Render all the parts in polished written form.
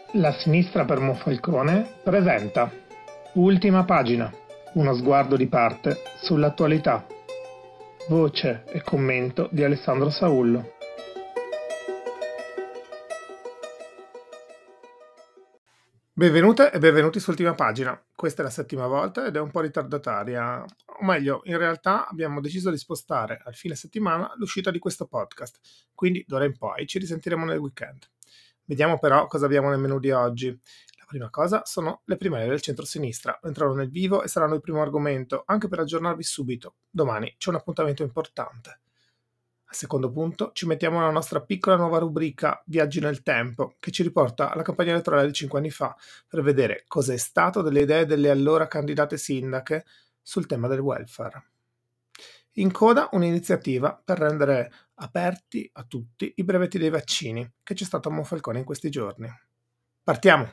La sinistra per Monfalcone presenta Ultima pagina, uno sguardo di parte sull'attualità. Voce e commento di Alessandro Saullo. Benvenute e benvenuti su Ultima pagina. Questa è la settima volta ed è un po' ritardataria, o meglio, in realtà abbiamo deciso di spostare al fine settimana l'uscita di questo podcast, quindi d'ora in poi ci risentiremo nel weekend. Vediamo però cosa abbiamo nel menu di oggi. La prima cosa sono le primarie del centro-sinistra. Entrerò nel vivo e saranno il primo argomento, anche per aggiornarvi subito. Domani c'è un appuntamento importante. Al secondo punto ci mettiamo la nostra piccola nuova rubrica Viaggi nel tempo, che ci riporta alla campagna elettorale di 5 anni fa per vedere cosa è stato delle idee delle allora candidate sindache sul tema del welfare. In coda un'iniziativa per rendere aperti a tutti i brevetti dei vaccini che c'è stato a Monfalcone in questi giorni. Partiamo!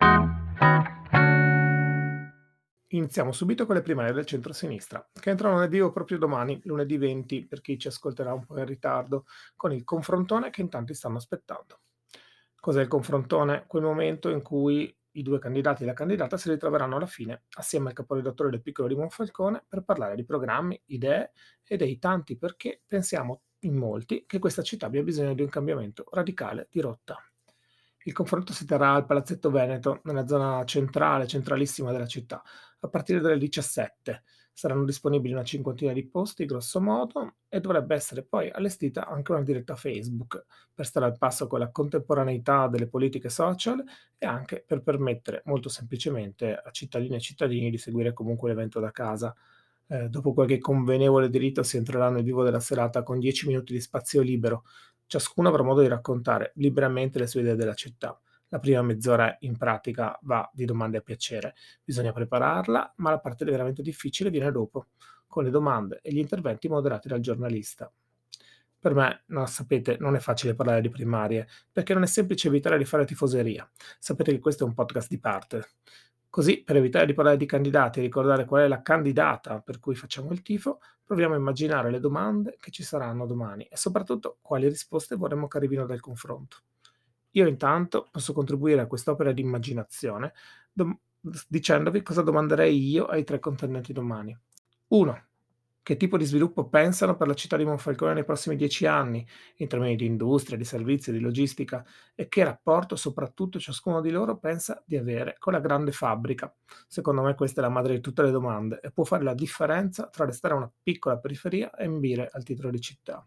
Iniziamo subito con le primarie del centro-sinistra, che entrano nel vivo proprio domani, lunedì 20, per chi ci ascolterà un po' in ritardo, con il confrontone che in tanti stanno aspettando. Cos'è il confrontone? Quel momento in cui i due candidati e la candidata si ritroveranno alla fine, assieme al caporedattore del Piccolo di Monfalcone, per parlare di programmi, idee e dei tanti perché pensiamo in molti che questa città abbia bisogno di un cambiamento radicale di rotta. Il confronto si terrà al Palazzetto Veneto, nella zona centrale, centralissima della città, a partire dalle 17. Saranno disponibili una cinquantina di posti, grosso modo, e dovrebbe essere poi allestita anche una diretta Facebook per stare al passo con la contemporaneità delle politiche social e anche per permettere molto semplicemente a cittadine e cittadini di seguire comunque l'evento da casa. Dopo qualche convenevole diritto si entrerà nel vivo della serata con 10 minuti di spazio libero. Ciascuno avrà modo di raccontare liberamente le sue idee della città. La prima mezz'ora in pratica va di domande a piacere. Bisogna prepararla, ma la parte veramente difficile viene dopo, con le domande e gli interventi moderati dal giornalista. Per me, no, sapete, non è facile parlare di primarie, perché non è semplice evitare di fare tifoseria. Sapete che questo è un podcast di parte. Così, per evitare di parlare di candidati e ricordare qual è la candidata per cui facciamo il tifo, proviamo a immaginare le domande che ci saranno domani e soprattutto quali risposte vorremmo che arrivino dal confronto. Io intanto posso contribuire a quest'opera di immaginazione dicendovi cosa domanderei io ai tre contendenti domani. 1. Che tipo di sviluppo pensano per la città di Monfalcone nei prossimi 10 anni, in termini di industria, di servizi, di logistica, e che rapporto soprattutto ciascuno di loro pensa di avere con la grande fabbrica. Secondo me questa è la madre di tutte le domande e può fare la differenza tra restare una piccola periferia e ambire al titolo di città.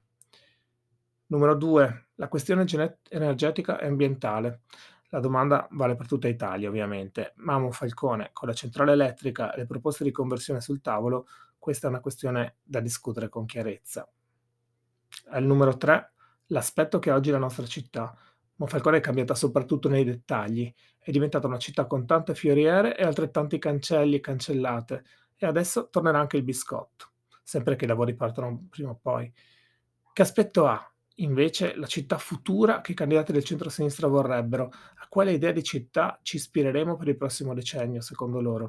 Numero 2. La questione energetica e ambientale. La domanda vale per tutta Italia ovviamente, ma a Monfalcone, con la centrale elettrica e le proposte di conversione sul tavolo, questa è una questione da discutere con chiarezza. Al numero 3, l'aspetto che ha oggi la nostra città. Monfalcone è cambiata soprattutto nei dettagli, è diventata una città con tante fioriere e altrettanti cancelli e cancellate, e adesso tornerà anche il biscotto, sempre che i lavori partano prima o poi. Che aspetto ha, invece, la città futura che i candidati del centro-sinistra vorrebbero? A quale idea di città ci ispireremo per il prossimo decennio, secondo loro?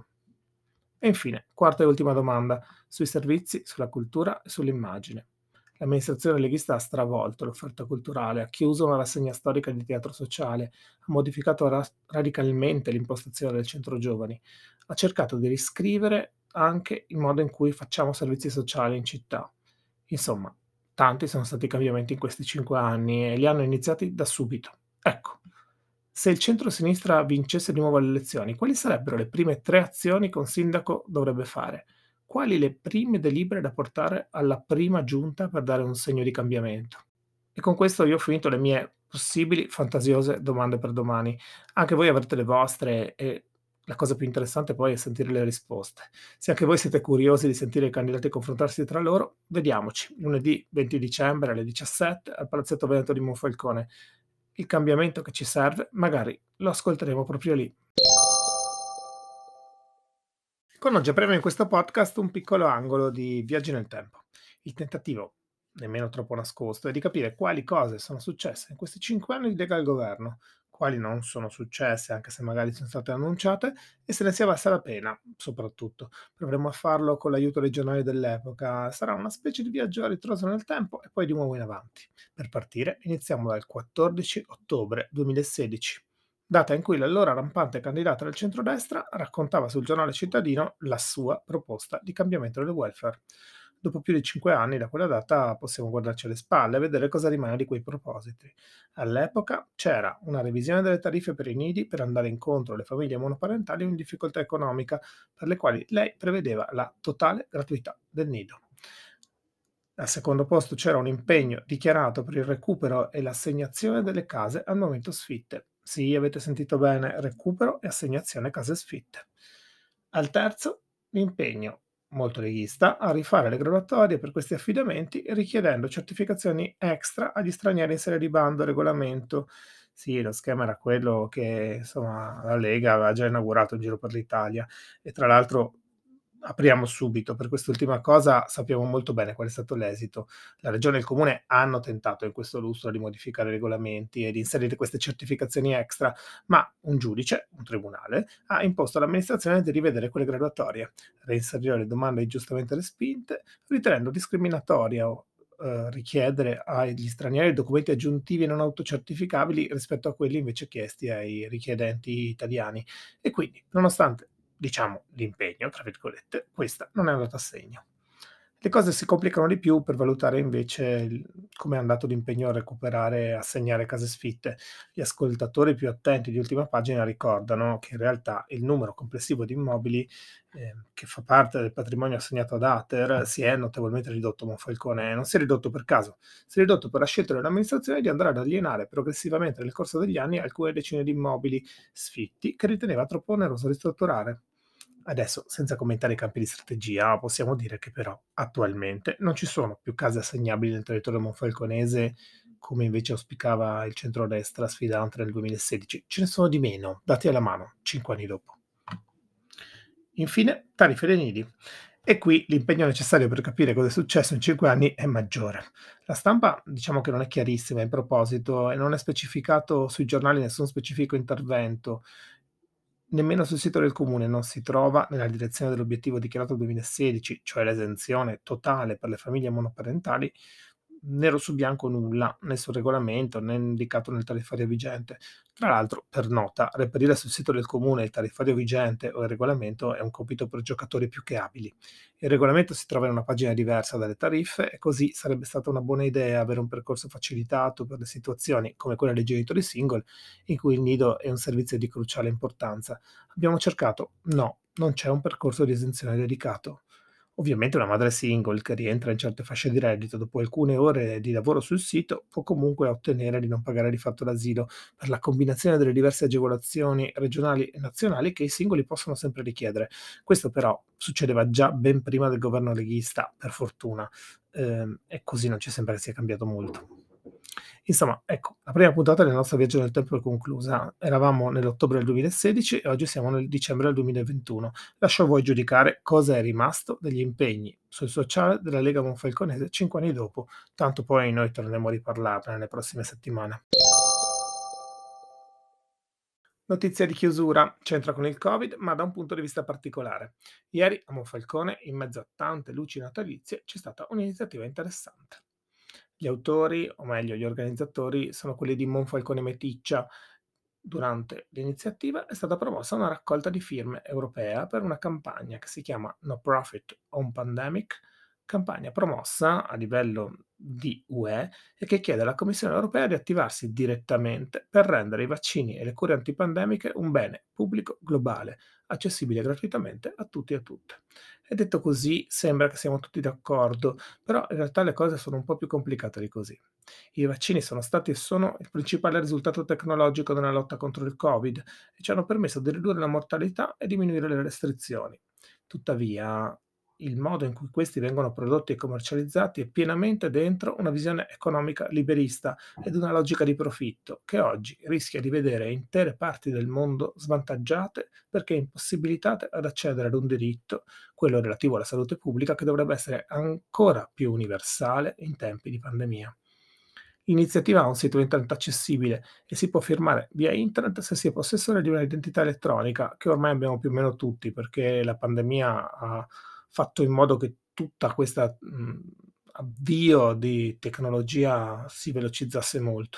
E infine, quarta e ultima domanda, sui servizi, sulla cultura e sull'immagine. L'amministrazione leghista ha stravolto l'offerta culturale, ha chiuso una rassegna storica di teatro sociale, ha modificato radicalmente l'impostazione del centro giovani, ha cercato di riscrivere anche il modo in cui facciamo servizi sociali in città. Insomma, tanti sono stati i cambiamenti in questi 5 anni e li hanno iniziati da subito. Ecco, se il centro-sinistra vincesse di nuovo le elezioni, quali sarebbero le prime 3 azioni che un sindaco dovrebbe fare? Quali le prime delibere da portare alla prima giunta per dare un segno di cambiamento? E con questo io ho finito le mie possibili fantasiose domande per domani. Anche voi avrete le vostre e la cosa più interessante poi è sentire le risposte. Se anche voi siete curiosi di sentire i candidati confrontarsi tra loro, vediamoci lunedì 20 dicembre alle 17 al Palazzetto Veneto di Monfalcone. Il cambiamento che ci serve, magari lo ascolteremo proprio lì. Con oggi apriamo in questo podcast un piccolo angolo di viaggi nel tempo. Il tentativo, nemmeno troppo nascosto, è di capire quali cose sono successe in questi 5 anni di Lega al governo, quali non sono successe, anche se magari sono state annunciate, e se ne sia valsa la pena, soprattutto. Proveremo a farlo con l'aiuto dei giornali dell'epoca. Sarà una specie di viaggio a ritroso nel tempo e poi di nuovo in avanti. Per partire, iniziamo dal 14 ottobre 2016. data in cui l'allora rampante candidata del centrodestra raccontava sul giornale cittadino la sua proposta di cambiamento del welfare. Dopo più di 5 anni da quella data possiamo guardarci alle spalle e vedere cosa rimane di quei propositi. All'epoca c'era una revisione delle tariffe per i nidi per andare incontro alle famiglie monoparentali in difficoltà economica, per le quali lei prevedeva la totale gratuità del nido. Al secondo posto c'era un impegno dichiarato per il recupero e l'assegnazione delle case al momento sfitte. Sì, avete sentito bene, recupero e assegnazione case sfitte. Al terzo, l'impegno, molto leghista, a rifare le graduatorie per questi affidamenti richiedendo certificazioni extra agli stranieri in serie di bando e regolamento. Sì, lo schema era quello che insomma la Lega aveva già inaugurato in giro per l'Italia e tra l'altro apriamo subito, per quest'ultima cosa sappiamo molto bene qual è stato l'esito. La regione e il comune hanno tentato in questo lustro di modificare i regolamenti e di inserire queste certificazioni extra, ma un giudice, un tribunale, ha imposto all'amministrazione di rivedere quelle graduatorie, reinserire le domande ingiustamente respinte, ritenendo discriminatoria o richiedere agli stranieri documenti aggiuntivi non autocertificabili rispetto a quelli invece chiesti ai richiedenti italiani. E quindi, nonostante diciamo, "l'impegno", tra virgolette, questa non è andata a segno. Le cose si complicano di più per valutare invece come è andato l'impegno a recuperare e assegnare case sfitte. Gli ascoltatori più attenti di Ultima Pagina ricordano che in realtà il numero complessivo di immobili che fa parte del patrimonio assegnato ad Ater si è notevolmente ridotto a Monfalcone e non si è ridotto per caso, si è ridotto per la scelta dell'amministrazione di andare ad alienare progressivamente nel corso degli anni alcune decine di immobili sfitti che riteneva troppo oneroso ristrutturare. Adesso, senza commentare i campi di strategia, possiamo dire che però attualmente non ci sono più case assegnabili nel territorio monfalconese come invece auspicava il centrodestra sfidante nel 2016. Ce ne sono di meno, dati alla mano, 5 anni dopo. Infine, tariffe dei nidi. E qui l'impegno necessario per capire cosa è successo in 5 anni è maggiore. La stampa diciamo che non è chiarissima in proposito e non è specificato sui giornali nessun specifico intervento. Nemmeno sul sito del comune non si trova, nella direzione dell'obiettivo dichiarato 2016, cioè l'esenzione totale per le famiglie monoparentali, nero su bianco nulla, né sul regolamento né indicato nel tariffario vigente. Tra l'altro, per nota, reperire sul sito del comune il tariffario vigente o il regolamento è un compito per giocatori più che abili. Il regolamento si trova in una pagina diversa dalle tariffe e così sarebbe stata una buona idea avere un percorso facilitato per le situazioni, come quella dei genitori single, in cui il nido è un servizio di cruciale importanza. Abbiamo cercato? No, non c'è un percorso di esenzione dedicato. Ovviamente una madre single che rientra in certe fasce di reddito dopo alcune ore di lavoro sul sito può comunque ottenere di non pagare di fatto l'asilo per la combinazione delle diverse agevolazioni regionali e nazionali che i singoli possono sempre richiedere. Questo però succedeva già ben prima del governo leghista, per fortuna, e così non ci sembra che sia cambiato molto. Insomma, ecco, la prima puntata del nostro viaggio nel tempo è conclusa. Eravamo nell'ottobre del 2016 e oggi siamo nel dicembre del 2021. Lascio a voi giudicare cosa è rimasto degli impegni sul sociale della Lega Monfalconese 5 anni dopo, tanto poi noi torneremo a riparlarne nelle prossime settimane. Notizia di chiusura, c'entra con il Covid, ma da un punto di vista particolare. Ieri a Monfalcone, in mezzo a tante luci natalizie, c'è stata un'iniziativa interessante. Gli autori, o meglio gli organizzatori, sono quelli di Monfalcone Meticcia. Durante l'iniziativa è stata promossa una raccolta di firme europea per una campagna che si chiama No Profit on Pandemic, campagna promossa a livello di UE e che chiede alla Commissione europea di attivarsi direttamente per rendere i vaccini e le cure antipandemiche un bene pubblico globale, accessibile gratuitamente a tutti e a tutte. E detto così sembra che siamo tutti d'accordo, però in realtà le cose sono un po' più complicate di così. I vaccini sono stati e sono il principale risultato tecnologico nella lotta contro il Covid e ci hanno permesso di ridurre la mortalità e diminuire le restrizioni. Tuttavia, il modo in cui questi vengono prodotti e commercializzati è pienamente dentro una visione economica liberista ed una logica di profitto che oggi rischia di vedere intere parti del mondo svantaggiate perché impossibilitate ad accedere ad un diritto, quello relativo alla salute pubblica, che dovrebbe essere ancora più universale in tempi di pandemia. L'iniziativa ha un sito internet accessibile e si può firmare via internet se si è possessore di un'identità elettronica, che ormai abbiamo più o meno tutti, perché la pandemia ha fatto in modo che tutta questa avvio di tecnologia si velocizzasse molto.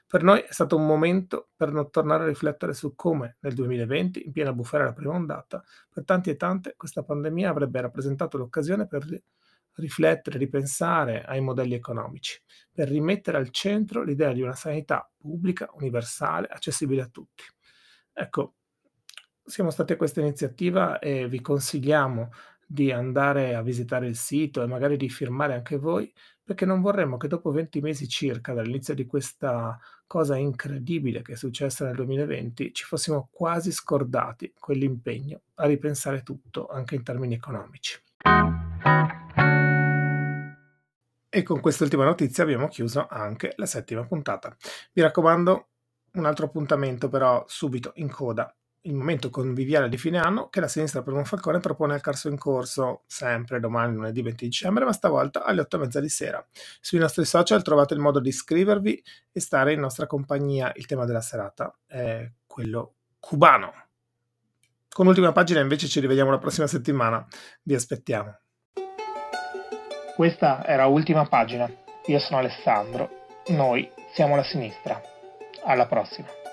Per noi è stato un momento per non tornare a riflettere su come nel 2020, in piena bufera della prima ondata, per tanti e tante questa pandemia avrebbe rappresentato l'occasione per riflettere, ripensare ai modelli economici, per rimettere al centro l'idea di una sanità pubblica, universale, accessibile a tutti. Ecco, siamo stati a questa iniziativa e vi consigliamo di andare a visitare il sito e magari di firmare anche voi, perché non vorremmo che dopo 20 mesi circa dall'inizio di questa cosa incredibile che è successa nel 2020, ci fossimo quasi scordati quell'impegno a ripensare tutto, anche in termini economici. E con quest'ultima notizia abbiamo chiuso anche la settima puntata. Vi raccomando un altro appuntamento però subito in coda, il momento conviviale di fine anno che la sinistra per Monfalcone propone al Carso in Corso, sempre domani lunedì 20 dicembre, ma stavolta alle 8:30 di sera. Sui nostri social trovate il modo di iscrivervi e stare in nostra compagnia. Il tema della serata è quello cubano. Con l'ultima pagina invece ci rivediamo la prossima settimana. Vi aspettiamo. Questa era Ultima Pagina. Io sono Alessandro. Noi siamo la sinistra. Alla prossima.